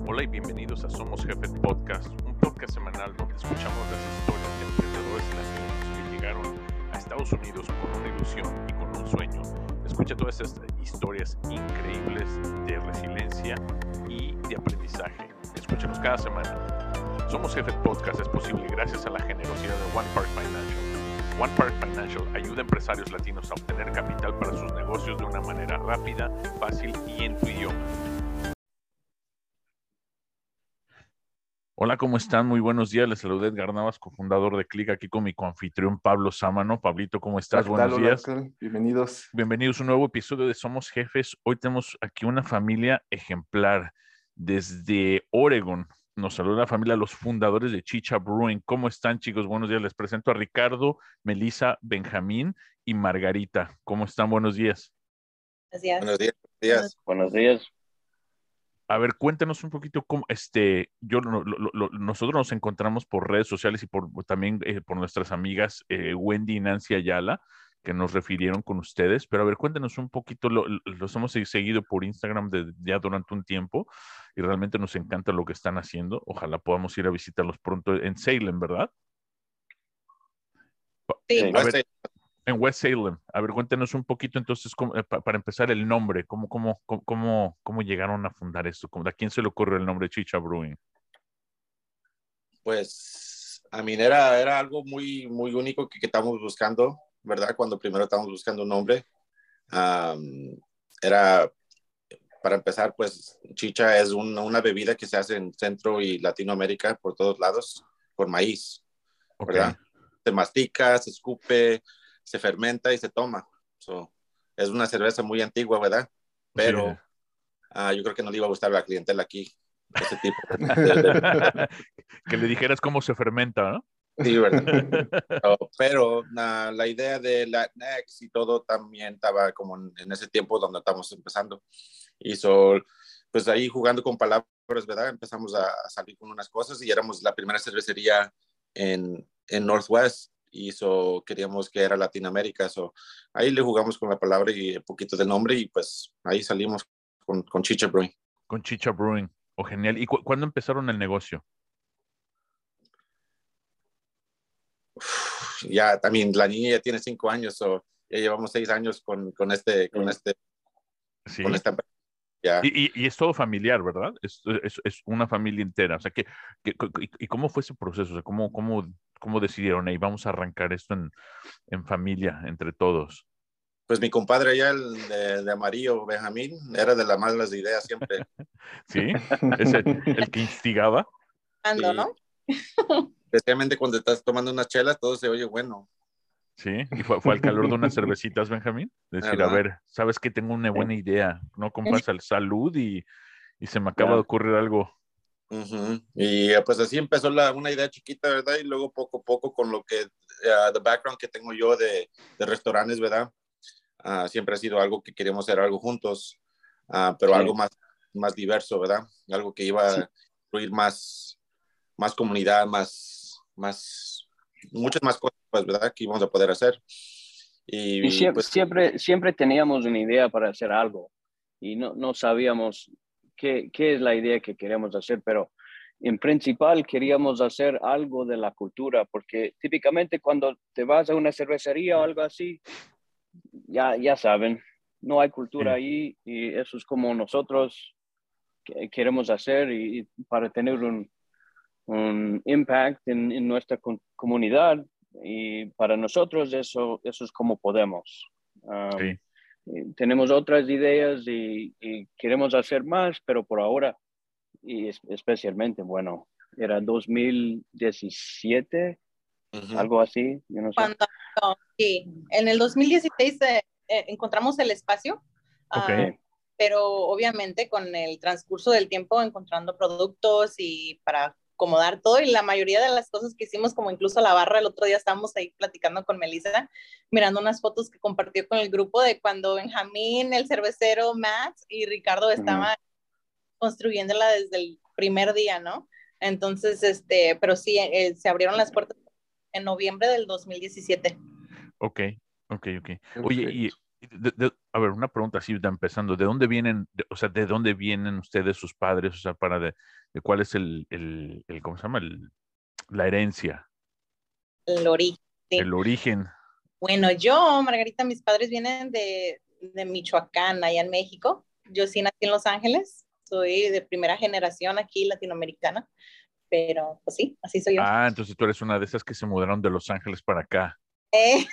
Hola y bienvenidos a Somos Jefes Podcast, un podcast semanal donde escuchamos las historias de emprendedores latinos que llegaron a Estados Unidos con una ilusión y con un sueño. Escucha todas estas historias increíbles de resiliencia y de aprendizaje. Escúchanos cada semana. Somos Jefes Podcast es posible gracias a la generosidad de One Park Financial. One Park Financial ayuda a empresarios latinos a obtener capital para sus negocios de una manera rápida, fácil y en tu idioma. Hola, ¿cómo están? Muy buenos días. Les saluda Edgar Navas, cofundador de Click, aquí con mi coanfitrión Pablo Sámano. Pablito, ¿cómo estás? Buenos días. Hola, bienvenidos. Bienvenidos a un nuevo episodio de Somos Jefes. Hoy tenemos aquí una familia ejemplar desde Oregon. Nos saluda la familia, los fundadores de Chicha Brewing. ¿Cómo están, chicos? Buenos días. Les presento a Ricardo, Melissa, Benjamín y Margarita. ¿Cómo están? Buenos días. Buenos días. Buenos días. A ver, cuéntanos un poquito cómo, nosotros nos encontramos por redes sociales y también por nuestras amigas Wendy y Nancy Ayala, que nos refirieron con ustedes, pero a ver, cuéntanos un poquito, los hemos seguido por Instagram ya durante un tiempo y realmente nos encanta lo que están haciendo. Ojalá podamos ir a visitarlos pronto en Salem, ¿verdad? Sí. A ver, en West Salem. A ver, cuéntenos un poquito entonces, para empezar, el nombre. ¿Cómo llegaron a fundar esto? ¿A quién se le ocurrió el nombre Chicha Brewing? Pues a mí era algo muy, muy único que estábamos buscando, ¿verdad? Cuando primero estábamos buscando un nombre. Era, para empezar, pues chicha es una bebida que se hace en Centro y Latinoamérica por todos lados, por maíz, ¿verdad? Okay. Se mastica, se escupe, se fermenta y se toma. Es una cerveza muy antigua, ¿verdad? Pero sí. yo creo que no le iba a gustar a la clientela aquí, ese tipo Que le dijeras cómo se fermenta, ¿no? Sí, ¿verdad? Pero la idea de Latinx y todo también estaba como en ese tiempo donde estamos empezando. Y pues ahí jugando con palabras, ¿verdad? Empezamos a salir con unas cosas y éramos la primera cervecería en Northwest. Y queríamos que era Latinoamérica. Ahí le jugamos con la palabra y un poquito del nombre y pues ahí salimos con Chicha Brewing. Con Chicha Brewing. Oh, genial. ¿Y cuándo empezaron el negocio? Ya también la niña ya tiene 5 años, ya llevamos 6 años con esta ya. Y es todo familiar, ¿verdad? Es una familia entera. O sea, ¿y cómo fue ese proceso? O sea, ¿cómo decidieron, hey, vamos a arrancar esto en familia, entre todos? Pues mi compadre allá, el de amarillo, Benjamín, era de las malas ideas siempre. ¿Sí? ¿Es el que instigaba? ¿No? Especialmente cuando estás tomando unas chelas, todo se oye bueno. Sí, y fue al calor de unas cervecitas, Benjamín. Decir, ¿verdad? A ver, sabes que tengo una buena idea, no compas salud y se me acaba de ocurrir algo. Y pues así empezó una idea chiquita, ¿verdad? Y luego poco a poco con lo que, the background que tengo yo de restaurantes, ¿verdad? Siempre ha sido algo que queríamos hacer algo juntos, pero algo más diverso, ¿verdad? Algo que iba a incluir más comunidad, muchas más cosas, pues, ¿verdad? Que íbamos a poder hacer. Y siempre teníamos una idea para hacer algo y no sabíamos qué es la idea que queríamos hacer, pero en principal queríamos hacer algo de la cultura, porque típicamente cuando te vas a una cervecería o algo así, ya saben, no hay cultura ahí y eso es como nosotros queremos hacer y para tener un impact en nuestra comunidad y para nosotros eso es como podemos. Tenemos otras ideas y queremos hacer más, pero por ahora, y especialmente, bueno, era 2017, algo así, yo no sé. Sí, en el 2016 encontramos el espacio, pero obviamente con el transcurso del tiempo encontrando productos y para acomodar todo y la mayoría de las cosas que hicimos, como incluso la barra, el otro día estábamos ahí platicando con Melissa, mirando unas fotos que compartió con el grupo de cuando Benjamín, el cervecero, Matt y Ricardo estaban construyéndola desde el primer día, ¿no? Entonces, pero sí, se abrieron las puertas en noviembre del 2017. Ok. Oye, ¿y a ver, una pregunta así, ya empezando, ¿de dónde vienen, o sea, de dónde vienen ustedes, sus padres, o sea, de cuál es ¿cómo se llama? La herencia, El origen. el origen. Bueno, yo, Margarita, mis padres vienen de Michoacán, allá en México. Yo sí nací en Los Ángeles, soy de primera generación aquí latinoamericana, pero pues sí, así soy yo. Ah, entonces tú eres una de esas que se mudaron de Los Ángeles para acá. Eh,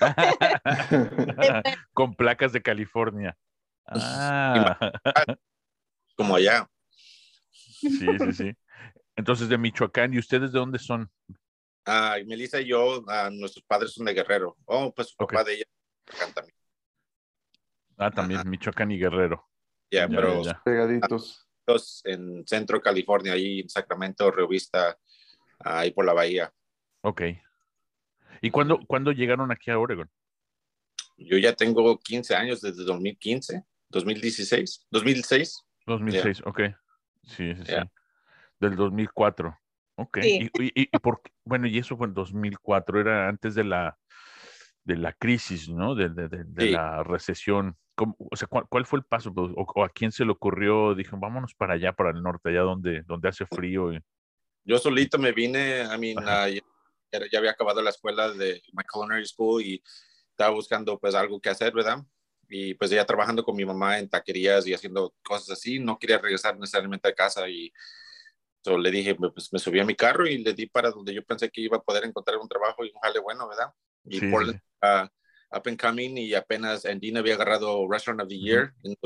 Con placas de California. Ah, Como allá. sí, sí, sí. Entonces de Michoacán, ¿y ustedes de dónde son? Melissa y yo, nuestros padres son de Guerrero. Oh, pues su Ok. papá de ella también. Ah, también Ajá. Michoacán y Guerrero. Ya, Ya, pero ya. Pegaditos. en Centro California, ahí en Sacramento, Río Vista, ahí por la bahía. Ok. ¿Y cuándo llegaron aquí a Oregon? Yo ya tengo 15 años desde 2015, 2016, 2006. 2006, ok. Sí, sí, sí. Ya. Del 2004. Ok. sí, Y bueno, y eso fue en 2004, era antes de la crisis, ¿no? De Sí, la recesión. O sea, ¿cuál fue el paso? Pues, o a quién se le ocurrió? Dijeron, vámonos para allá, para el norte, allá donde hace frío. yo solito me vine, Ajá. ya había acabado la escuela de my culinary school y estaba buscando pues algo que hacer, ¿verdad? Y pues ya trabajando con mi mamá en taquerías y haciendo cosas así, no quería regresar necesariamente a casa y le dije, pues me subí a mi carro y le di para donde yo pensé que iba a poder encontrar un trabajo y un jale bueno, ¿verdad? Y Sí, sí, Portland, sí. up and coming y apenas Andina había agarrado Restaurant of the Ujú. Year en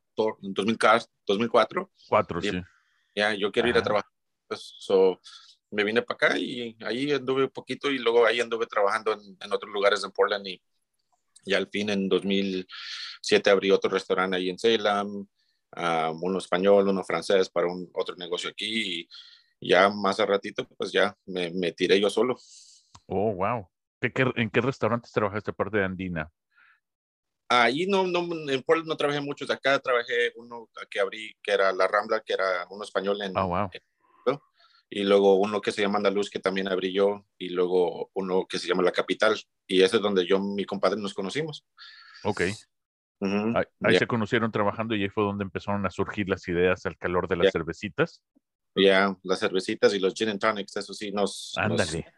2004. 4, Dije, sí. ya, yo quiero ir a Ajá. trabajar. Pues, me vine para acá y ahí anduve un poquito y luego ahí anduve trabajando en otros lugares en Portland y al fin en 2007 abrí otro restaurante ahí en Salem, uno español, uno francés para otro negocio aquí y ya más a ratito pues ya me tiré yo solo. Oh, wow. ¿En qué restaurantes trabajaste aparte de Andina? Ahí en Portland no trabajé muchos, acá trabajé uno que abrí que era La Rambla, que era uno español Oh, wow. y luego uno que se llama Andaluz que también abrí yo y luego uno que se llama La Capital y ese es donde yo mi compadre nos conocimos. Ok. Ahí Ya, se conocieron trabajando y ahí fue donde empezaron a surgir las ideas al calor de las ya, cervecitas. ya, las cervecitas y los gin and tonics, eso sí nos Ándale.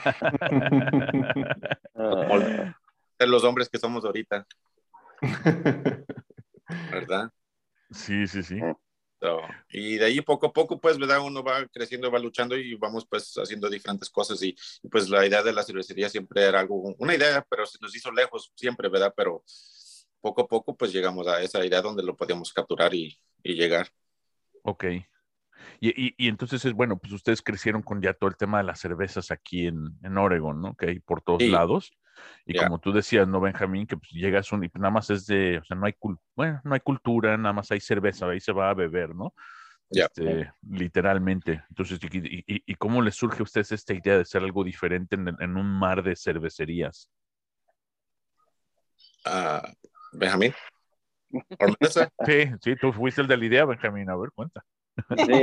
moldean los hombres que somos ahorita, ¿verdad? Sí, sí, sí. Y de ahí poco a poco, pues, ¿verdad? Uno va creciendo, va luchando y vamos, pues, haciendo diferentes cosas. Y, pues, la idea de la cervecería siempre era una idea, pero se nos hizo lejos siempre, ¿verdad? Pero poco a poco, pues, llegamos a esa idea donde lo podíamos capturar y llegar. Ok. Y entonces es bueno, pues ustedes crecieron con ya todo el tema de las cervezas aquí en Oregon, ¿no? Que hay por todos Sí, lados. Y ya, como tú decías, ¿no, Benjamín? Que pues llegas y pues nada más o sea, bueno, no hay cultura, nada más hay cerveza, ahí se va a beber, ¿no? ya. Literalmente. Entonces, ¿y cómo les surge a ustedes esta idea de hacer algo diferente en un mar de cervecerías? Benjamín, ¿por Melissa? Sí, sí, tú fuiste el de la idea, Benjamín. A ver, cuenta. Sí,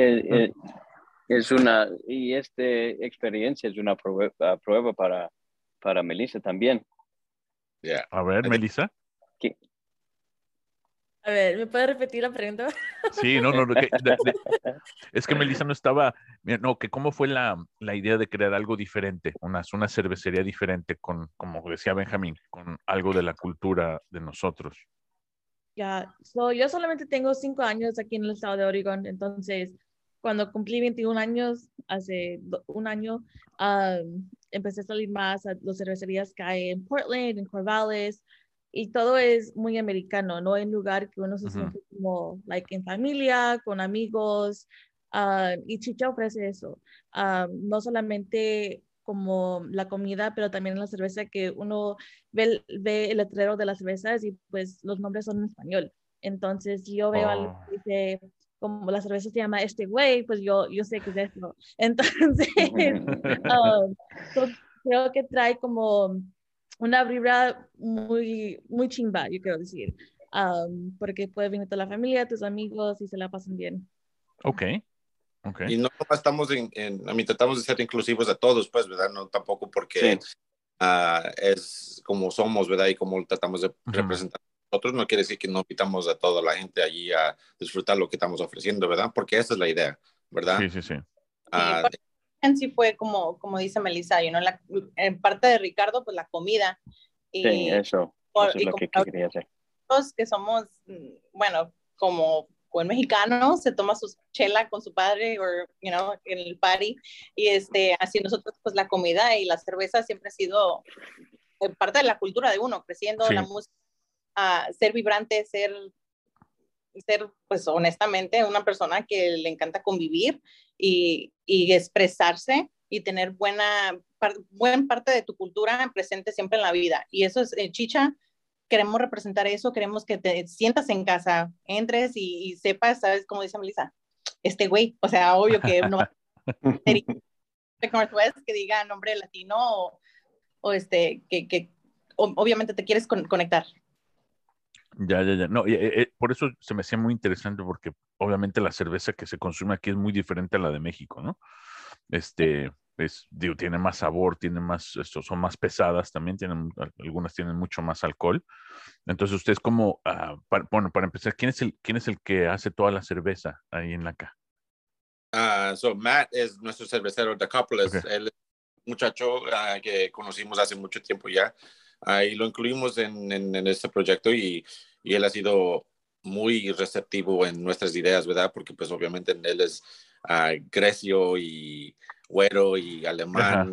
y esta experiencia es una prueba para Melissa también. Ya. A ver, Melissa. Que- A ver, ¿me puede repetir la pregunta? Sí, no, es que Melissa no estaba, mira, no, que cómo fue la idea de crear algo diferente, una cervecería diferente con, como decía Benjamín, con algo de la cultura de nosotros. Ya, yo solamente tengo 5 años aquí en el estado de Oregon, entonces cuando cumplí 21 años, hace un año, empecé a salir más a las cervecerías que hay en Portland, en Corvallis, y todo es muy americano, no en lugar que uno se Ujú. siente como like, en familia, con amigos, y Chicha ofrece eso. No solamente como la comida, pero también la cerveza que uno ve el letrero de las cervezas y pues los nombres son en español. Entonces yo veo algo Oh, que dice, como la cerveza se llama este güey, pues yo sé que es esto. Entonces, so, creo que trae como una vibra muy chimba, yo quiero decir. Porque puede venir toda la familia, tus amigos y se la pasan bien. ok, ok. Y no nomás estamos a mí tratamos de ser inclusivos a todos, pues, ¿verdad? No tampoco porque Sí, es como somos, ¿verdad? Y como tratamos de Ujú. representar nosotros no quiere decir que no invitamos a toda la gente allí a disfrutar lo que estamos ofreciendo, ¿verdad? Porque esa es la idea, ¿verdad? Sí. Sí, en sí fue como dice Melissa, en parte de Ricardo, pues la comida. Sí, eso es lo que quería hacer. Que somos, bueno, como buen mexicano, se toma su chela con su padre o, en el party, y así nosotros, pues la comida y la cerveza siempre ha sido parte de la cultura de uno, creciendo, la música, ser vibrante, ser, pues honestamente, una persona que le encanta convivir y expresarse y tener buena parte de tu cultura presente siempre en la vida. Y eso es, Chicha, queremos representar eso, queremos que te sientas en casa, entres y sepas, ¿sabes? Como dice Melissa, güey, o sea, obvio que no va a ser Northwest que diga nombre latino o que obviamente te quieres conectar. Ya. No, por eso se me hacía muy interesante porque obviamente la cerveza que se consume aquí es muy diferente a la de México, ¿no? Tiene más sabor, son más pesadas también, algunas tienen mucho más alcohol. Entonces, ustedes como, para empezar, ¿quién es el que hace toda la cerveza ahí en la acá? Matt es nuestro cervecero de Couples. Okay. Él es un muchacho que conocimos hace mucho tiempo ya. Y lo incluimos en este proyecto y él ha sido muy receptivo en nuestras ideas, ¿verdad? Porque pues obviamente él es grecio y güero y alemán.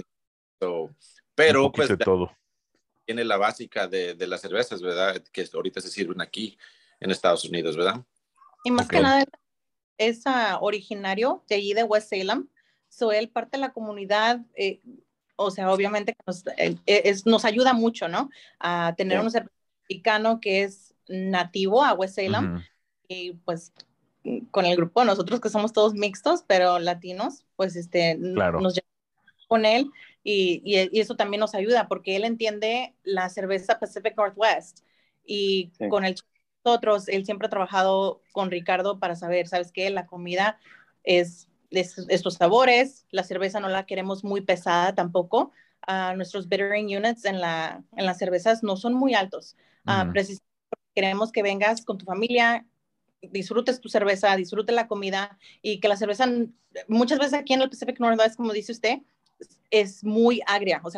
Pero pues de todo. Tiene la básica de las cervezas, ¿verdad? Que ahorita se sirven aquí en Estados Unidos, ¿verdad? Y más que nada es originario de allí de West Salem. Él parte de la comunidad, o sea, obviamente nos ayuda mucho, ¿no? A tener un certificado que es nativo a West Salem. Y pues con el grupo, nosotros que somos todos mixtos, pero latinos, pues claro. nos llevamos con él y eso también nos ayuda porque él entiende la cerveza Pacific Northwest y con nosotros, él siempre ha trabajado con Ricardo para saber, ¿sabes qué? La comida es estos sabores, la cerveza no la queremos muy pesada tampoco. Nuestros bittering units en las cervezas no son muy altos. Precisamente queremos que vengas con tu familia, disfrutes tu cerveza, disfrutes la comida y que la cerveza, muchas veces aquí en el Pacific Northwest, como dice usted, es muy agria, o sea,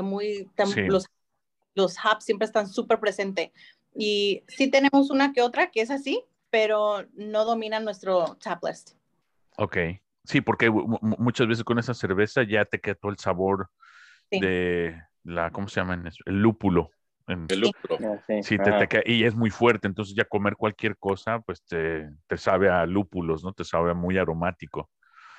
los hops siempre están súper presentes. Y sí tenemos una que otra que es así, pero no domina nuestro tap list. Ok. Sí, porque muchas veces con esa cerveza ya te queda todo el sabor de ¿cómo se llama? El lúpulo. El lúpulo. Sí, y es muy fuerte, entonces ya comer cualquier cosa, pues te sabe a lúpulos, ¿no? Te sabe a muy aromático.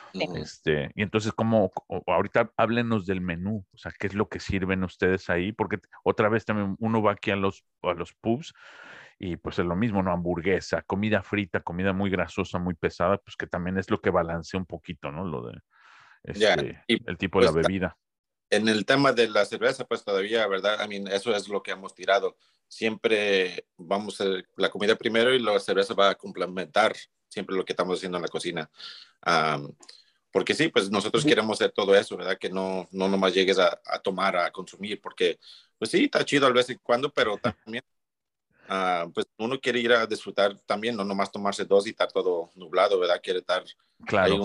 Y entonces, ahorita háblenos del menú, o sea, ¿qué es lo que sirven ustedes ahí? Porque otra vez también uno va aquí a los pubs y pues es lo mismo, ¿no? Hamburguesa, comida frita, comida muy grasosa, muy pesada, pues que también es lo que balancea un poquito, ¿no? Lo de el tipo de la bebida. En el tema de la cerveza, pues todavía, ¿verdad? Eso es lo que hemos tirado. Siempre vamos a la comida primero y la cerveza va a complementar siempre lo que estamos haciendo en la cocina. Porque sí, pues nosotros queremos hacer todo eso, ¿verdad? Que no nomás llegues a tomar, a consumir, porque pues sí, está chido a vez en cuando, pero también pues uno quiere ir a disfrutar también, no nomás tomarse dos y estar todo nublado, ¿verdad? Quiere estar claro.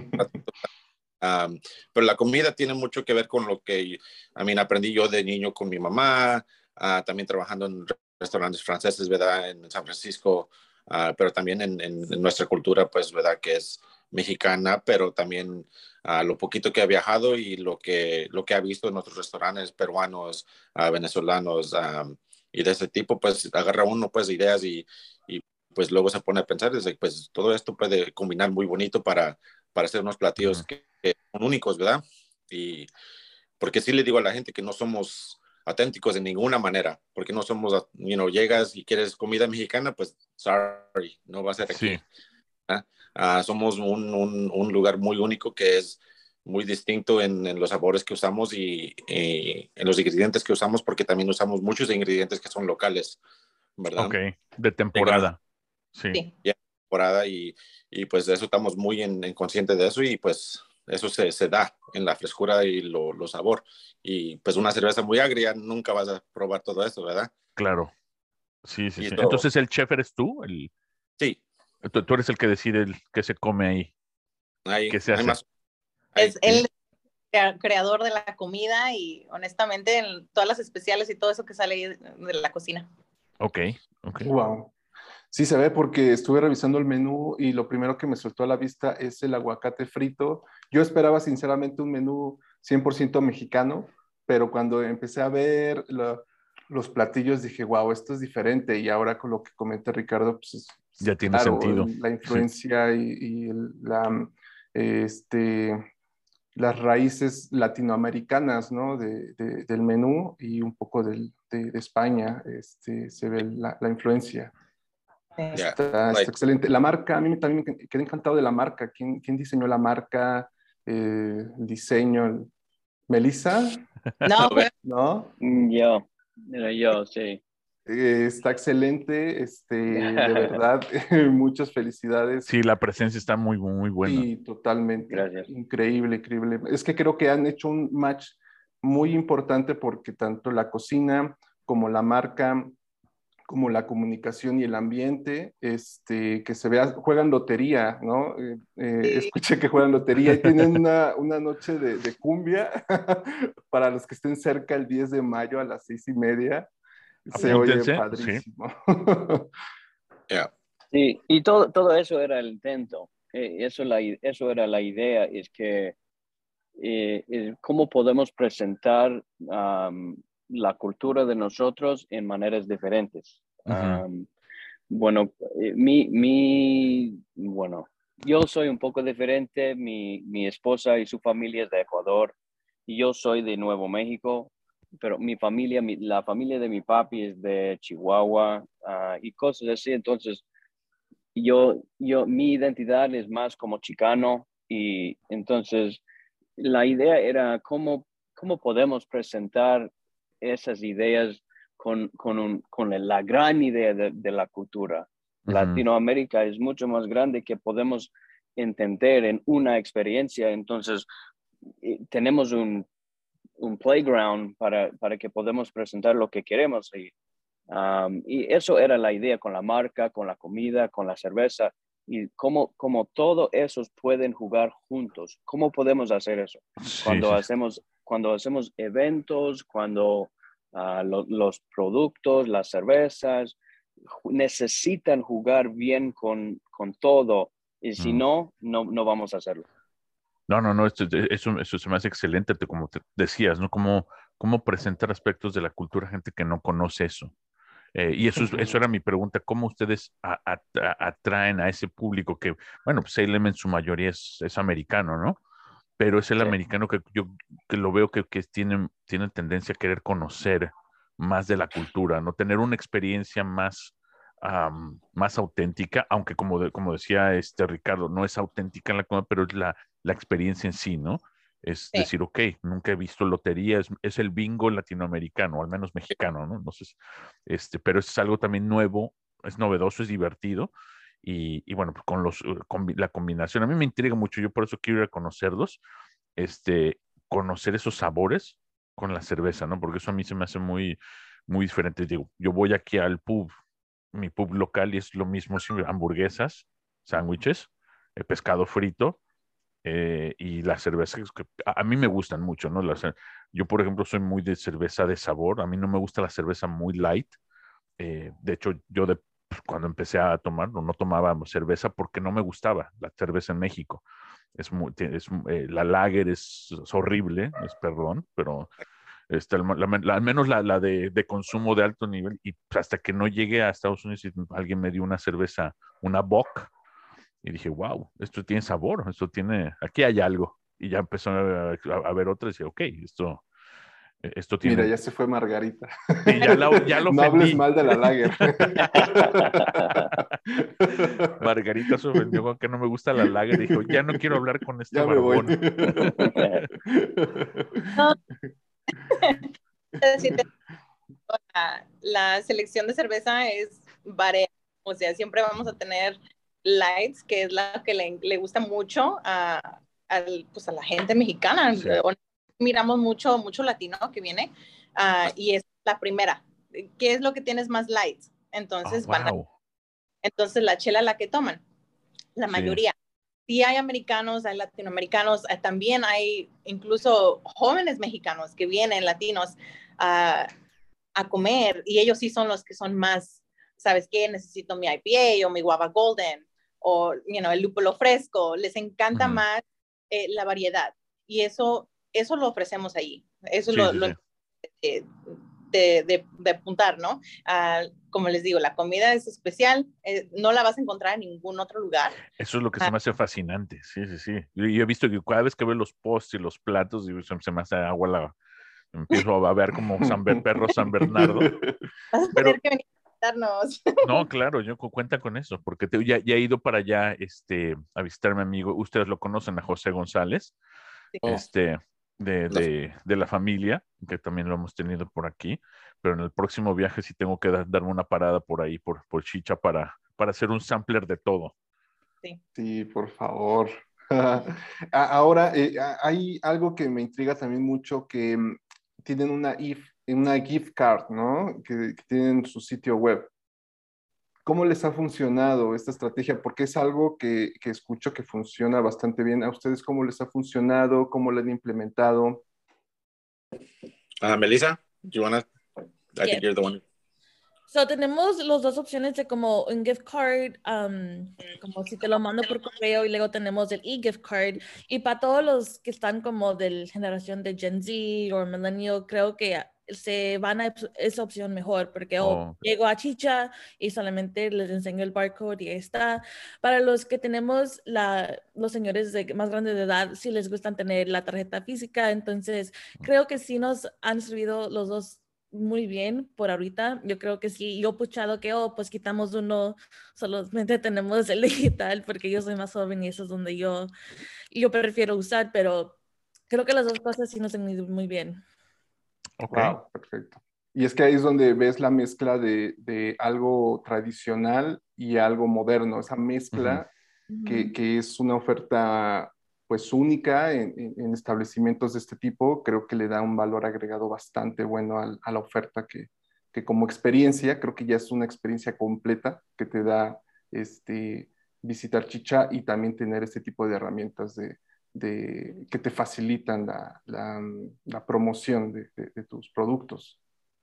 ahí pero la comida tiene mucho que ver con lo que aprendí yo de niño con mi mamá, también trabajando en restaurantes franceses, ¿verdad? En San Francisco, pero también en nuestra cultura, pues, ¿verdad? Que es mexicana, pero también lo poquito que ha viajado y lo que ha visto en otros restaurantes peruanos, venezolanos y de ese tipo, pues agarra uno pues ideas y pues luego se pone a pensar, pues todo esto puede combinar muy bonito para hacer unos platillos que son únicos, ¿verdad? Y porque sí le digo a la gente que no somos auténticos de ninguna manera, porque no somos, llegas y quieres comida mexicana, pues sorry, no va a ser aquí. Sí. Somos un lugar muy único que es muy distinto en los sabores que usamos y en los ingredientes que usamos, porque también usamos muchos ingredientes que son locales, ¿verdad? Ok, de temporada. Sí. Ya, temporada y pues de eso estamos muy conscientes de eso y pues eso se da en la frescura y lo sabor. Y pues una cerveza muy agria, nunca vas a probar todo eso, ¿verdad? Claro. Sí. Entonces, ¿el chef eres tú? Sí. Tú eres el que decide qué se come ahí. ¿Qué se hace? Es el creador de la comida y honestamente en todas las especiales y todo eso que sale de la cocina. Ok. Wow. Sí se ve porque estuve revisando el menú y lo primero que me soltó a la vista es el aguacate frito. Yo esperaba sinceramente un menú 100% mexicano, pero cuando empecé a ver los platillos dije, wow, esto es diferente. Y ahora con lo que comenta Ricardo, pues ya tiene sentido. La influencia y las raíces latinoamericanas, ¿no? del menú y un poco de España, se ve la influencia. Está excelente. La marca, a mí también me quedé encantado de la marca. ¿Quién diseñó la marca? El diseño. ¿Melissa? No. Yo, sí. Está excelente, de verdad, muchas felicidades. Sí, la presencia está muy buena. Sí, totalmente. Gracias. Increíble. Es que creo que han hecho un match muy importante porque tanto la cocina como la marca, como la comunicación y el ambiente, que se vea, juegan lotería, ¿no? Escuché que juegan lotería y tienen una noche de cumbia para los que estén cerca el 10 de mayo a las 6:30. Se oye padrísimo. Sí, y todo eso era el intento. Eso era la idea, es que cómo podemos presentar la cultura de nosotros en maneras diferentes. Bueno, yo soy un poco diferente. Mi esposa y su familia es de Ecuador y yo soy de Nuevo México, pero la familia de mi papi es de Chihuahua y cosas así. Entonces, mi identidad es más como chicano y entonces la idea era cómo podemos presentar esas ideas con la gran idea de la cultura. Latinoamérica es mucho más grande que podemos entender en una experiencia. Entonces, tenemos un playground para que podamos presentar lo que queremos. Y eso era la idea con la marca, con la comida, con la cerveza. Y cómo todo esos pueden jugar juntos. ¿Cómo podemos hacer eso? Sí, cuando hacemos eventos, cuando los productos, las cervezas, necesitan jugar bien con todo. Y si no vamos a hacerlo. No, eso se me hace excelente, como te decías, ¿no? Cómo presentar aspectos de la cultura a gente que no conoce eso. Y eso era mi pregunta, ¿cómo ustedes atraen a ese público que, bueno, pues Salem en su mayoría es americano, ¿no? Pero es el americano que yo que lo veo que tiene tendencia a querer conocer más de la cultura, ¿no? Tener una experiencia más auténtica, aunque como decía Ricardo, no es auténtica en la comida, pero es la experiencia en sí, ¿no? Es decir, ok, nunca he visto lotería, es el bingo latinoamericano, al menos mexicano, ¿no? Entonces, pero es algo también nuevo, es novedoso, es divertido, y bueno, pues con la combinación, a mí me intriga mucho, yo por eso quiero ir a conocerlos, conocer esos sabores con la cerveza, ¿no? Porque eso a mí se me hace muy, muy diferente. Digo, yo voy aquí al pub, mi pub local, y es lo mismo, siempre, hamburguesas, sándwiches, pescado frito, y las cervezas que a mí me gustan mucho, ¿no? Yo, por ejemplo, soy muy de cerveza de sabor, a mí no me gusta la cerveza muy light. De hecho, yo cuando empecé a tomar, no tomaba cerveza porque no me gustaba la cerveza en México. La lager es horrible, perdón, pero al menos la de consumo de alto nivel, y hasta que no llegué a Estados Unidos y alguien me dio una cerveza, una Bock, y dije, wow, esto tiene sabor, aquí hay algo. Y ya empezó a ver otra y decía, ok, esto tiene... Mira, ya se fue Margarita. Sí, ya lo ofendí. No hables mal de la lager. Margarita se ofendió con que no me gusta la lager. Dijo, ya no quiero hablar con este ya barbón. La selección de cerveza es variada. O sea, siempre vamos a tener lights, que es la que le gusta mucho a la gente mexicana. Sí. Miramos mucho latino que viene y es la primera. ¿Qué es lo que tienes más lights? entonces wow. entonces la chela la que toman, la mayoría. Sí hay americanos, hay latinoamericanos, también hay incluso jóvenes mexicanos que vienen, latinos, a comer, y ellos sí son los que son más, ¿sabes qué? Necesito mi IPA o mi guava golden, o el lúpulo fresco. Les encanta más la variedad, y eso lo ofrecemos ahí. Eso es lo de apuntar, ¿no? Como les digo, la comida es especial, no la vas a encontrar en ningún otro lugar. Eso es lo que se me hace fascinante, sí. Yo he visto que cada vez que veo los posts y los platos, se me hace agua empiezo a ver como perro San Bernardo. Vas a tener que venir a visitarnos. No, claro, yo cuenta con eso, porque ya he ido para allá a visitar a mi amigo. Ustedes lo conocen, a José González, de la familia, que también lo hemos tenido por aquí, pero en el próximo viaje sí tengo que darme una parada por ahí, por Chicha, para hacer un sampler de todo. Sí, por favor. Ahora, hay algo que me intriga también mucho, que tienen una gift card, ¿no? Que tienen su sitio web. ¿Cómo les ha funcionado esta estrategia? Porque es algo que escucho que funciona bastante bien. ¿A ustedes cómo les ha funcionado? ¿Cómo lo han implementado? Melissa, do you wanna? I think you're the one. So, tenemos las dos opciones de como un gift card, como si te lo mando por correo, y luego tenemos el e-gift card. Y para todos los que están como de la generación de Gen Z o Millennial, creo que se van a esa opción mejor, porque llego a Chicha y solamente les enseño el barcode y ahí está. Para los que tenemos los señores más grandes de edad, sí les gustan tener la tarjeta física, entonces creo que sí nos han servido los dos muy bien por ahorita. Yo creo que sí. Yo he puchado que, pues quitamos uno, solamente tenemos el digital, porque yo soy más joven y eso es donde yo prefiero usar, pero creo que las dos cosas sí nos han ido muy bien. Wow, perfecto. Y es que ahí es donde ves la mezcla de algo tradicional y algo moderno, esa mezcla que es una oferta pues única en establecimientos de este tipo. Creo que le da un valor agregado bastante bueno a la oferta, que como experiencia, creo que ya es una experiencia completa que te da visitar Chicha, y también tener este tipo de herramientas que te facilitan la promoción de tus productos.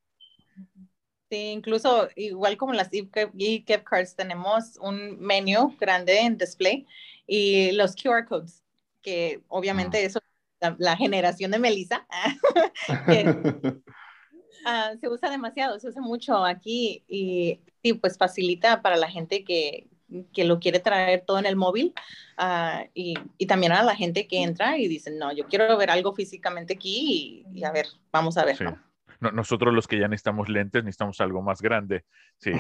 Sí, incluso igual como las e-gift cards, tenemos un menú grande en display y los QR codes, que obviamente eso la generación de Melissa que se usa demasiado, se usa mucho aquí, y sí, pues facilita para la gente que lo quiere traer todo en el móvil, y también a la gente que entra y dice, no, yo quiero ver algo físicamente aquí, y a ver, vamos a ver, sí. ¿no? Nosotros los que ya necesitamos lentes, necesitamos algo más grande. Sí.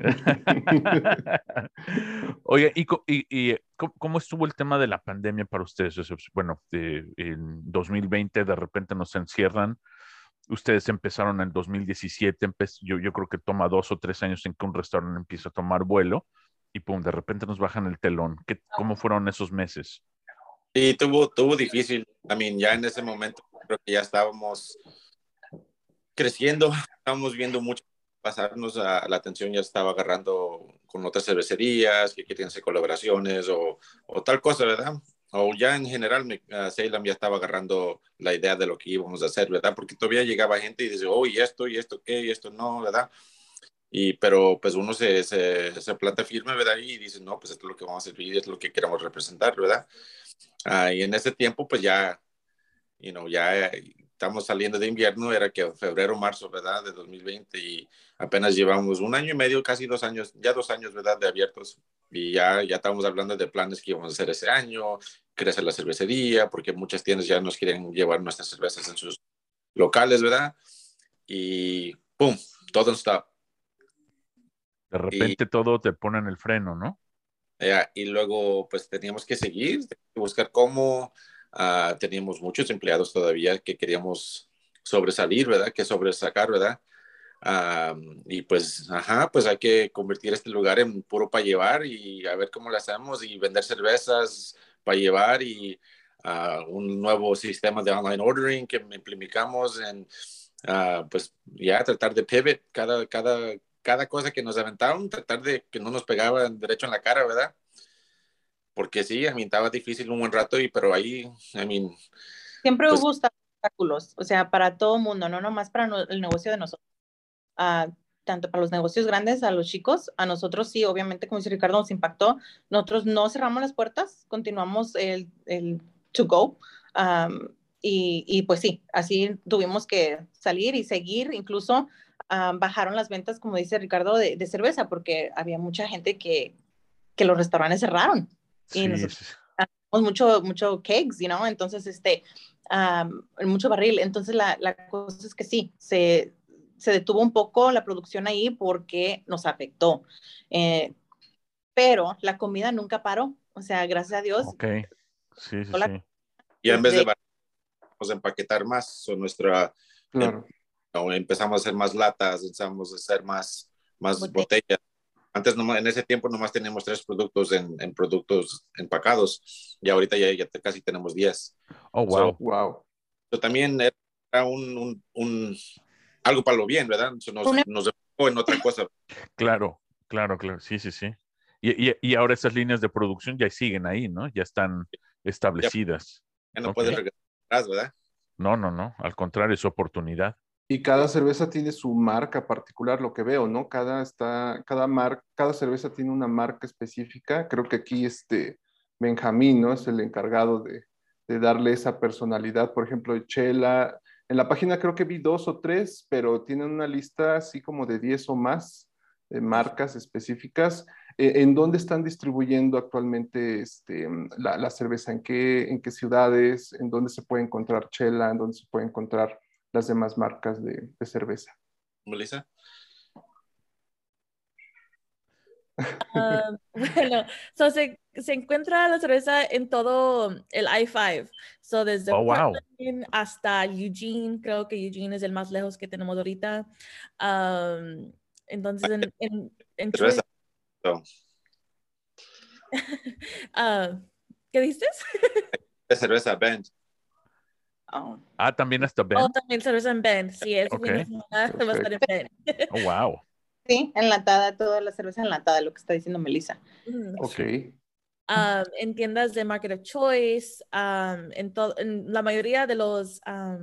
Oye, ¿y cómo estuvo el tema de la pandemia para ustedes? Bueno, en 2020 de repente nos encierran. Ustedes empezaron en 2017. Yo creo que toma 2 o 3 años en que un restaurante empieza a tomar vuelo, y pum, de repente nos bajan el telón. ¿Cómo fueron esos meses? Sí, tuvo difícil. Ya en ese momento creo que ya estábamos creciendo, estábamos viendo mucho pasarnos, la atención ya estaba agarrando con otras cervecerías que querían hacer colaboraciones o tal cosa, ¿verdad? O ya en general, Salem ya estaba agarrando la idea de lo que íbamos a hacer, ¿verdad? Porque todavía llegaba gente y dice, oh, ¿y esto qué? ¿Y esto no? ¿Verdad? Pero pues uno se planta firme, ¿verdad? Y dice, no, pues esto es lo que vamos a servir, esto es lo que queremos representar, ¿verdad? Y en ese tiempo, pues ya, ya estamos saliendo de invierno, era que febrero, marzo, ¿verdad? De 2020, y apenas llevamos 1 año y medio, casi 2 años, ya 2 años, ¿verdad? De abiertos, y ya estábamos hablando de planes que íbamos a hacer ese año, crecer la cervecería, porque muchas tiendas ya nos quieren llevar nuestras cervezas en sus locales, ¿verdad? Y ¡pum! Todo en stop. De repente todo te pone en el freno, ¿no? Y luego, pues teníamos que seguir, buscar cómo. Teníamos muchos empleados todavía que queríamos sobresalir, ¿verdad? Que sobresacar, ¿verdad? Y pues, pues hay que convertir este lugar en puro para llevar, y a ver cómo lo hacemos, y vender cervezas para llevar, y un nuevo sistema de online ordering que implementamos, en pues ya tratar de pivot cada cada cosa que nos aventaron, tratar de que no nos pegaban derecho en la cara, ¿verdad? Porque sí, estaba difícil un buen rato, pero ahí, Siempre pues, hubo obstáculos, o sea, para todo mundo, no nomás para el negocio de nosotros. Tanto para los negocios grandes, a los chicos, a nosotros sí, obviamente, como dice Ricardo, nos impactó. Nosotros no cerramos las puertas, continuamos el to go. Y pues sí, así tuvimos que salir y seguir. Incluso bajaron las ventas, como dice Ricardo, de cerveza, porque había mucha gente que los restaurantes cerraron. Y Sí, nosotros sí. hacemos mucho cakes, you know? Entonces, mucho barril. Entonces, la cosa es que sí, se detuvo un poco la producción ahí porque nos afectó. Pero la comida nunca paró. O sea, gracias a Dios. Ok, sí, sí, la- sí. y en vez de desde- empaquetar más, Claro. empezamos a hacer más latas, empezamos a hacer más botellas. Antes, en ese tiempo, nomás teníamos 3 productos en productos empacados, y ahorita ya casi tenemos 10. Oh, wow. Wow. También era algo para lo bien, ¿verdad? Nos enfocó en otra cosa. Claro, claro, claro. Sí, sí, sí. Y ahora esas líneas de producción ya siguen ahí, ¿no? Ya están establecidas. Ya no Ok. puedes regresar atrás, ¿verdad? No, no, no. Al contrario, es oportunidad. Y cada cerveza tiene su marca particular, lo que veo, ¿no? Cada cerveza tiene una marca específica. Creo que aquí Benjamín, ¿no? Es el encargado de darle esa personalidad. Por ejemplo, Chela, en la página creo que vi 2 o 3, pero tienen una lista así como de 10 o más de marcas específicas. ¿En dónde están distribuyendo actualmente la cerveza? ¿En qué ciudades? ¿En dónde se puede encontrar Chela? ¿En dónde se puede encontrar las demás marcas de cerveza? Melissa. Bueno, se encuentra la cerveza en todo el I-5. Desde Oh, wow. Portland hasta Eugene, creo que Eugene es el más lejos que tenemos ahorita. Entonces, en Troy, Cerveza. No, ¿qué dices? es cerveza Bend. Oh. También hasta Ben. También cerveza en Bend. Sí, ese Ok. fin de semana va a estar en Bend. Oh, wow. Sí, enlatada, toda la cerveza enlatada, lo que está diciendo Melissa. Ok. Sí. En tiendas de Market of Choice, en la mayoría de los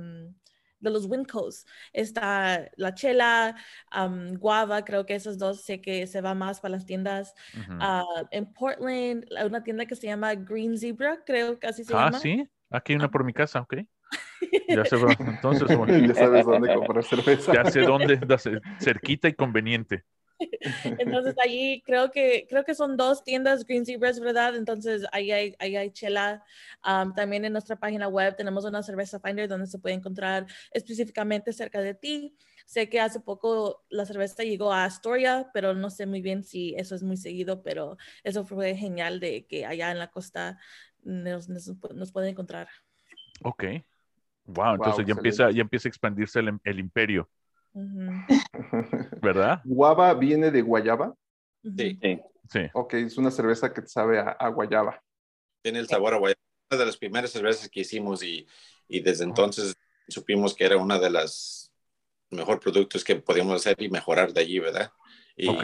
Wincos está la Chela, Guava, creo que esos dos sé que se va más para las tiendas. Ujú. En Portland, una tienda que se llama Green Zebra, creo que así se llama. Sí. Aquí hay una por mi casa, ok. Ya se va. Entonces, bueno, Ya sabes dónde comprar cerveza. ya sé dónde, cerquita y conveniente. Entonces allí creo que son 2 tiendas Green Zebras, ¿verdad? Entonces ahí hay chela. También en nuestra página web tenemos una cerveza finder donde se puede encontrar específicamente cerca de ti. Sé que hace poco la cerveza llegó a Astoria, pero no sé muy bien si eso es muy seguido, pero eso fue genial de que allá en la costa nos pueden encontrar. Ok. Wow, entonces Wow, ya empieza excelente. a expandirse el imperio, ¿verdad? ¿Guava viene de guayaba? Sí, Sí. Ok, es una cerveza que te sabe a guayaba. tiene el sabor a guayaba. Una de las primeras cervezas que hicimos, y desde entonces supimos que era una de las mejor productos que podíamos hacer y mejorar de allí, ¿verdad? Ok. Y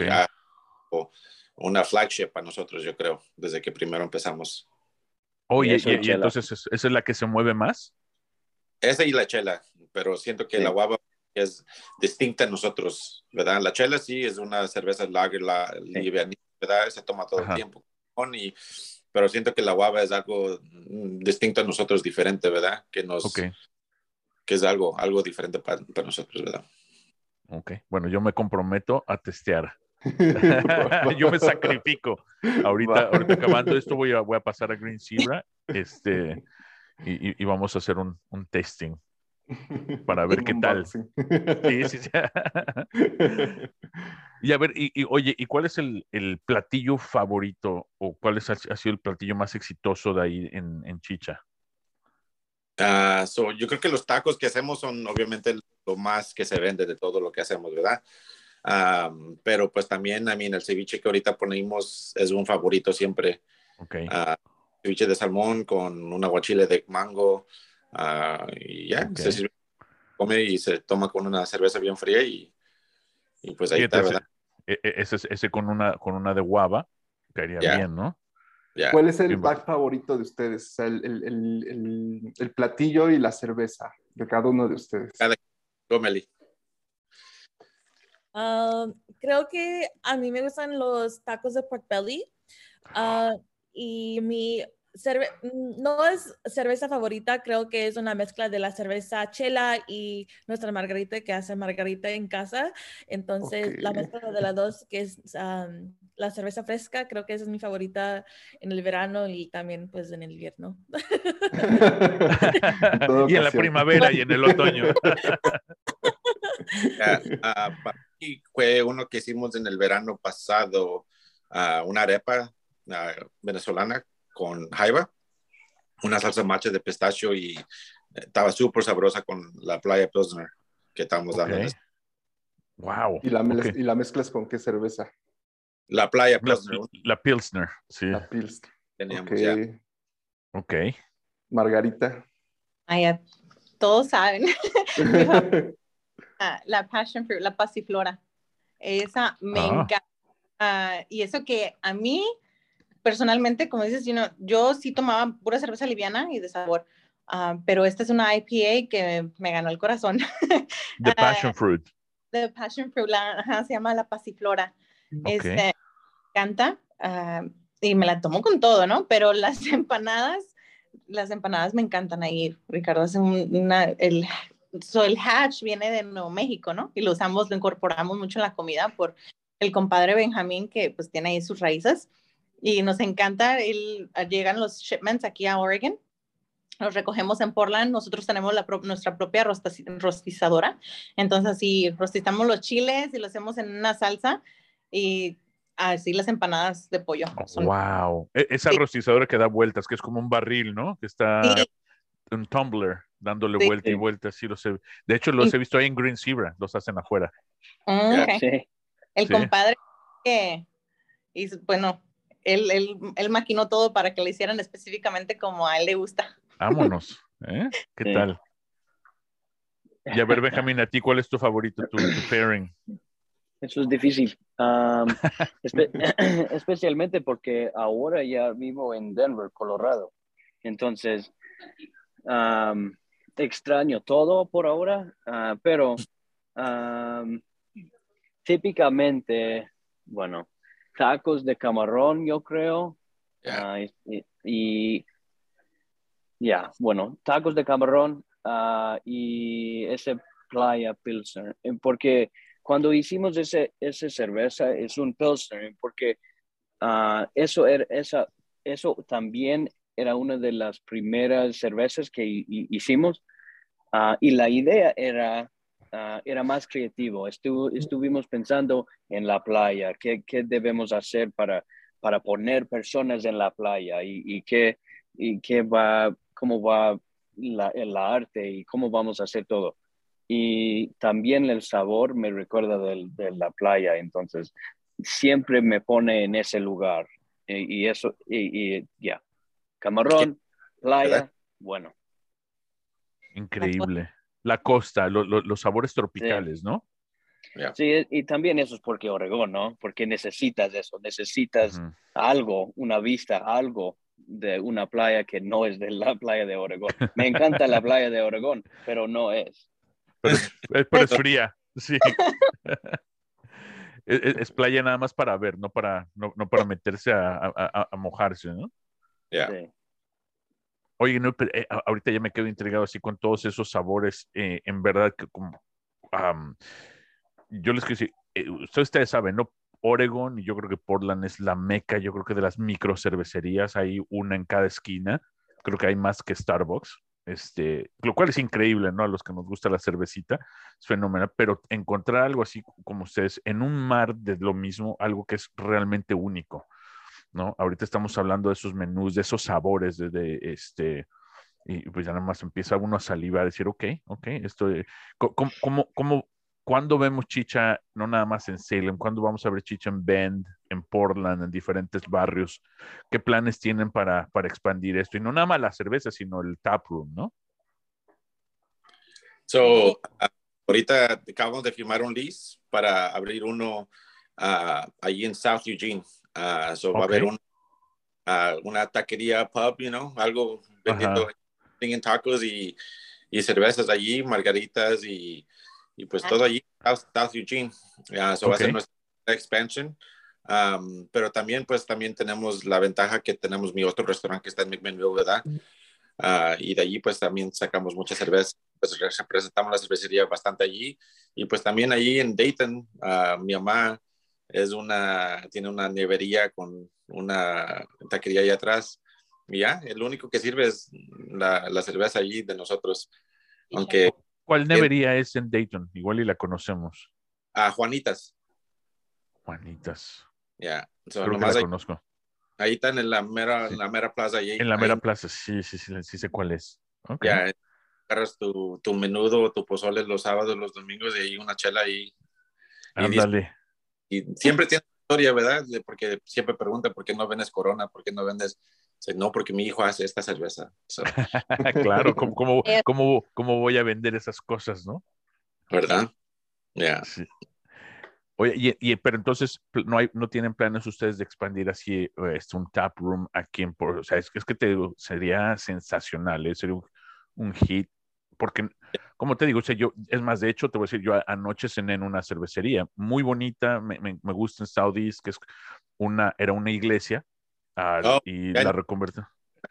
una flagship para nosotros, yo creo, desde que primero empezamos. Oye, Eso y y chela. entonces esa es la que se mueve más. Esa y la chela, pero siento que Sí. la guava es distinta a nosotros, ¿verdad? La chela sí es una cerveza lager, livianita, ¿verdad? Se toma todo el Ajá. tiempo. Pero siento que la guava es algo distinto a nosotros, diferente, ¿verdad? Ok. Que es algo diferente para nosotros, ¿verdad? Ok. Bueno, yo me comprometo a testear. Yo me sacrifico. Ahorita acabando esto voy a pasar a Green Zebra, y vamos a hacer un testing para ver qué tal. Sí, sí, sí. Y a ver, oye, ¿y cuál es el platillo favorito o cuál ha sido el platillo más exitoso de ahí en Chicha? Yo creo que los tacos que hacemos son obviamente lo más que se vende de todo lo que hacemos, ¿verdad? Pero pues también, el ceviche que ahorita ponemos es un favorito siempre. Ok. Ceviche de salmón con un aguachile de mango, y ya, Ok. se sirve, come y se toma con una cerveza bien fría, y pues ahí está, Fíjate, ¿verdad? ese con una de guava caería bien, ¿no? Yeah. ¿Cuál es el back favorito de ustedes? O sea, el platillo y la cerveza de cada uno de ustedes. Gómeli. Creo que a mí me gustan los tacos de pork belly. Y mi no es cerveza favorita, creo que es una mezcla de la cerveza chela y nuestra margarita, que hace margarita en casa. Entonces, la mezcla de las dos, que es la cerveza fresca, creo que esa es mi favorita en el verano y también pues en el invierno. Y en la primavera y en el otoño. Para mí fue uno que hicimos en el verano pasado, una arepa venezolana con jaiba, una salsa macha de pistacho y estaba súper sabrosa con la Playa Pilsner que estamos dando. Wow. ¿Y la mezclas con qué cerveza? La Playa Pilsner. La Pilsner, sí. La Pilsner. Teníamos ya. Ok. Margarita. Ya todos saben. La passion fruit, la pasiflora. Esa me encanta. Y eso que a mí, personalmente, como dices, yo sí tomaba pura cerveza liviana y de sabor. Pero esta es una IPA que me ganó el corazón. The passion fruit. The passion fruit, se llama la pasiflora. Okay. Me encanta y me la tomo con todo, ¿no? Pero las empanadas me encantan ahí, Ricardo. El hash viene de Nuevo México, ¿no? Y lo incorporamos mucho en la comida por el compadre Benjamín, que pues tiene ahí sus raíces. Y nos encanta, llegan los shipments aquí a Oregon, los recogemos en Portland, nosotros tenemos nuestra propia rostizadora, entonces así rostizamos los chiles y lo hacemos en una salsa y así las empanadas de pollo. Wow, esa rostizadora que da vueltas, que es como un barril, ¿no? Que está un tumbler dándole vuelta y vuelta, sí los he, de hecho los he visto ahí en Green Zebra, los hacen afuera. Okay. El compadre que, y bueno, él maquinó todo para que lo hicieran específicamente como a él le gusta. Vámonos, ¿Qué tal? Y a ver, Benjamín, ¿a ti cuál es tu favorito, tu pairing? Eso es difícil, especialmente porque ahora ya vivo en Denver, Colorado. Entonces, extraño todo por ahora, pero típicamente, bueno, tacos de camarón, yo creo. Bueno, tacos de camarón y ese Playa Pilsner, porque cuando hicimos ese cerveza es un Pilsner, porque eso también era una de las primeras cervezas que hicimos y la idea era más creativo. Estuvimos pensando en la playa, qué debemos hacer para poner personas en la playa y cómo va el arte y cómo vamos a hacer todo. Y también el sabor me recuerda de la playa, entonces siempre me pone en ese lugar. Y eso, ya. Camarón, playa, bueno. Increíble. La costa, los sabores tropicales, ¿no? Sí, y también eso es porque Oregón, ¿no? Porque necesitas eso, necesitas algo, una vista, algo de una playa que no es de la playa de Oregón. Me encanta la playa de Oregón, pero no es. Pero es fría, sí. Es playa nada más para ver, no para meterse a mojarse, ¿no? Sí. Oye, no, pero, ahorita ya me quedo intrigado así con todos esos sabores. En verdad que como yo les quiero decir, ustedes saben, ¿no? Oregon y yo creo que Portland es la meca, yo creo que de las micro cervecerías, hay una en cada esquina, creo que hay más que Starbucks, lo cual es increíble, ¿no? A los que nos gusta la cervecita, es fenomenal, pero encontrar algo así como ustedes en un mar de lo mismo, algo que es realmente único, ¿no? Ahorita estamos hablando de esos menús, de esos sabores, y pues ya nada más empieza uno a salivar, a decir, ok, ¿cuándo vemos chicha, no nada más en Salem? ¿Cuándo vamos a ver chicha en Bend, en Portland, en diferentes barrios? ¿Qué planes tienen para expandir esto? Y no nada más la cerveza, sino el taproom, ¿no? Ahorita acabamos de firmar un lease para abrir uno allí en South Eugene. So va a haber una taquería pub, algo vendiendo tacos y cervezas allí, margaritas y pues todo allí, South Eugene. So va a ser nuestra expansion. Pero también tenemos la ventaja que tenemos mi otro restaurante que está en McMinnville, ¿verdad? Y de allí pues también sacamos mucha cerveza, pues representamos la cervecería bastante allí. Y pues también allí en Dayton, mi mamá tiene una nevería con una taquería allá atrás. Y ya, el único que sirve es la cerveza allí de nosotros. Aunque, ¿cuál nevería es en Dayton? Igual y la conocemos. Juanitas. Juanitas. Ya, creo que la conozco. Ahí está en la mera plaza. En la mera plaza, sí sé cuál es. Okay. Ya, agarras tu menudo, tu pozole los sábados, los domingos y ahí una chela ahí. Ándale. Y siempre tiene historia, ¿verdad? Porque siempre preguntan por qué no vendes Corona, por qué no vendes... No, porque mi hijo hace esta cerveza. So. Claro, ¿cómo voy a vender esas cosas, no? ¿Verdad? Ya. Yeah. Sí. Oye, pero entonces no tienen planes ustedes de expandir así un tap room aquí o sea, es que te digo, sería sensacional, sería un hit, porque, como te digo, o sea, es más, de hecho, te voy a decir, yo anoche cené en una cervecería muy bonita, me gusta en Southeast, que era una iglesia, y la reconvertí.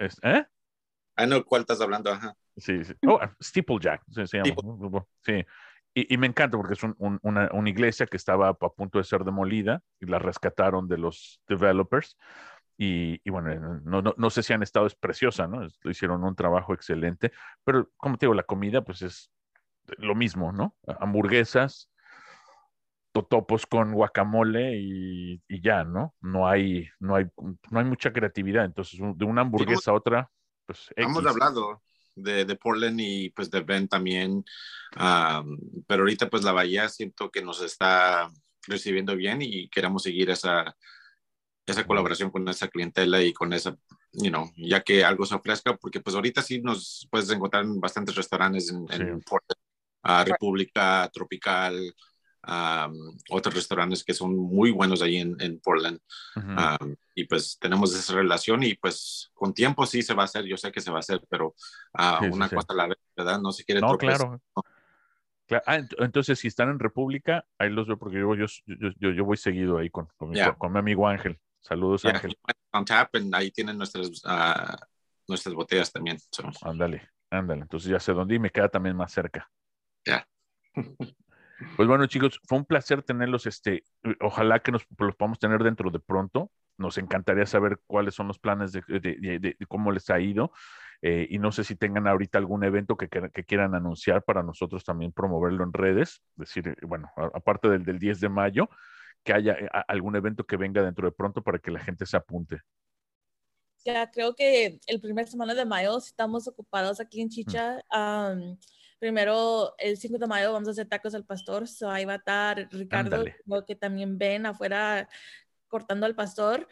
No, ¿cuál estás hablando? Ajá. Sí. Steeplejack, se llama. Sí. Y me encanta porque es una iglesia que estaba a punto de ser demolida y la rescataron de los developers. Y bueno, no sé si han estado, es preciosa, ¿no? Hicieron un trabajo excelente, pero como te digo, la comida pues es lo mismo, ¿no? Hamburguesas, totopos con guacamole y ya, ¿no? No hay mucha creatividad. Entonces, de una hamburguesa a otra, pues hemos hablado de Portland y pues de Bend también, pero ahorita pues la Bahía siento que nos está recibiendo bien y queremos seguir esa colaboración con esa clientela y con esa, ya que algo se ofrezca, porque pues ahorita sí nos puedes encontrar en bastantes restaurantes en Portland, República, Tropical, otros restaurantes que son muy buenos ahí en Portland. Y pues tenemos esa relación y pues con tiempo sí se va a hacer, yo sé que se va a hacer, pero una cosa a la vez, ¿verdad? No se quiere tropezar. Claro. Entonces si están en República, ahí los veo porque yo voy seguido ahí con mi amigo Ángel. Saludos, Ángel. On tap, ahí tienen nuestras botellas también. So. Ándale. Entonces ya sé dónde y me queda también más cerca. Ya. Pues bueno, chicos, fue un placer tenerlos. Ojalá que los podamos tener dentro de pronto. Nos encantaría saber cuáles son los planes de cómo les ha ido. Y no sé si tengan ahorita algún evento que quieran anunciar para nosotros también promoverlo en redes. Es decir, bueno, aparte del 10 de mayo, que haya algún evento que venga dentro de pronto para que la gente se apunte. Ya, creo que el primer semana de mayo estamos ocupados aquí en Chicha. Primero, el 5 de mayo vamos a hacer tacos al pastor. So ahí va a estar Ricardo, que también ven afuera cortando al pastor.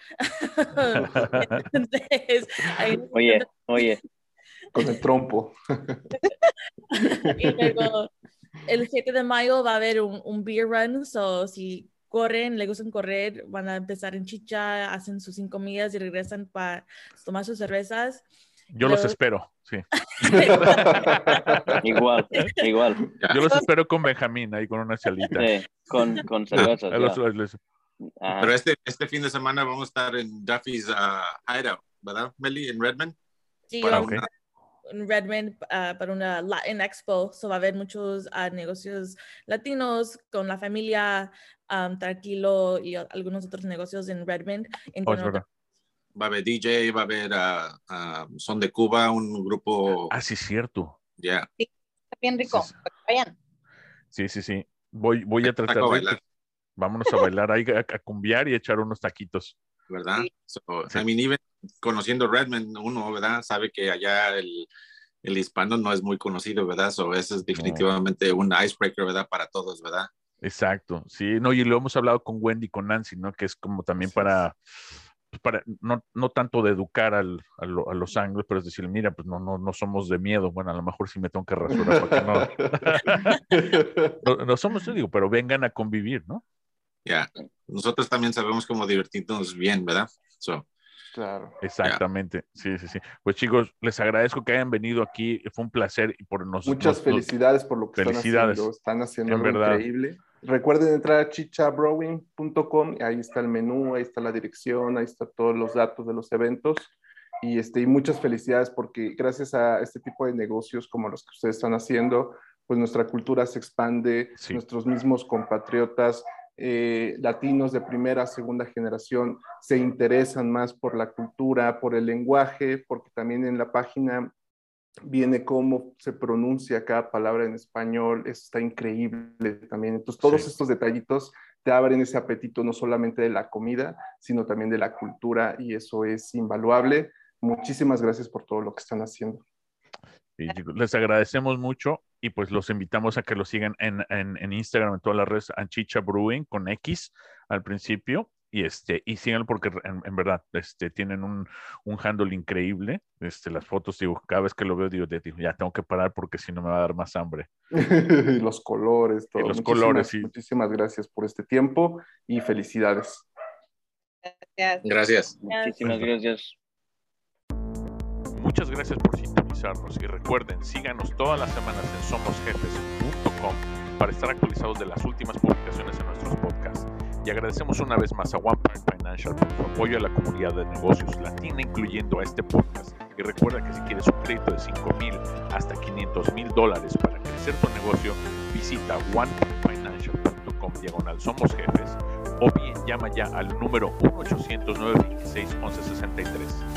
Entonces, Oye. Con el trompo. Y luego, el 7 de mayo va a haber un beer run. So si les gustan correr, van a empezar en Chicha, hacen sus 5 millas y regresan para tomar sus cervezas. Yo los espero, sí. Igual. Yo los espero con Benjamín, ahí con una chalita. Sí, con cervezas. Pero este fin de semana vamos a estar en Duffy's Hideout, ¿verdad, Meli? En Redmond. Sí, en Redmond para una Latin Expo. So va a haber muchos negocios latinos con la familia, tranquilo, y algunos otros negocios en Redmond. Va a haber DJ, va a haber Son de Cuba, un grupo. Sí, cierto. Ya. Sí, está bien rico. Sí. Vayan. Sí. Voy a tratar de... Vámonos a bailar ahí, a cumbiar y echar unos taquitos. ¿Verdad? Sí. I mean, even conociendo Redmond, uno, ¿verdad? Sabe que allá el hispano no es muy conocido, ¿verdad? Eso es definitivamente un icebreaker, ¿verdad? Para todos, ¿verdad? Exacto, sí. No, y lo hemos hablado con Wendy y con Nancy, ¿no? Que es como también para no tanto de educar a los anglos, pero es decir, mira, pues no somos de miedo. Bueno, a lo mejor sí me tengo que rasurar para que no somos, yo digo, pero vengan a convivir, ¿no? Ya. nosotros también sabemos cómo divertirnos bien, ¿verdad? Claro. Exactamente, sí. Pues chicos, les agradezco que hayan venido aquí, fue un placer y por muchas felicidades por lo que están haciendo algo increíble. Recuerden entrar a chichabrewing.com, ahí está el menú, ahí está la dirección, ahí están todos los datos de los eventos y muchas felicidades porque gracias a este tipo de negocios como los que ustedes están haciendo, pues nuestra cultura se expande, nuestros mismos compatriotas latinos de primera, segunda generación se interesan más por la cultura, por el lenguaje, porque también en la página viene cómo se pronuncia cada palabra en español, eso está increíble también. Entonces todos estos detallitos te abren ese apetito no solamente de la comida, sino también de la cultura y eso es invaluable. Muchísimas gracias por todo lo que están haciendo. Y les agradecemos mucho y pues los invitamos a que lo sigan en Instagram, en todas las redes, Chicha Brewing con X al principio y síganlo porque en verdad tienen un handle increíble. Las fotos, digo, cada vez que lo veo digo, ya tengo que parar porque si no me va a dar más hambre. Y los colores, todo. Muchísimas gracias por este tiempo y felicidades. Gracias. Muchísimas gracias. Muchas gracias por sintonizarnos y recuerden, síganos todas las semanas en somosjefes.com para estar actualizados de las últimas publicaciones en nuestros podcasts. Y agradecemos una vez más a One Point Financial por su apoyo a la comunidad de negocios latina, incluyendo a este podcast. Y recuerda que si quieres un crédito de $5,000 hasta $500,000 para crecer tu negocio, visita onepointfinancial.com/somosjefes o bien llama ya al número 1-800-926-1163.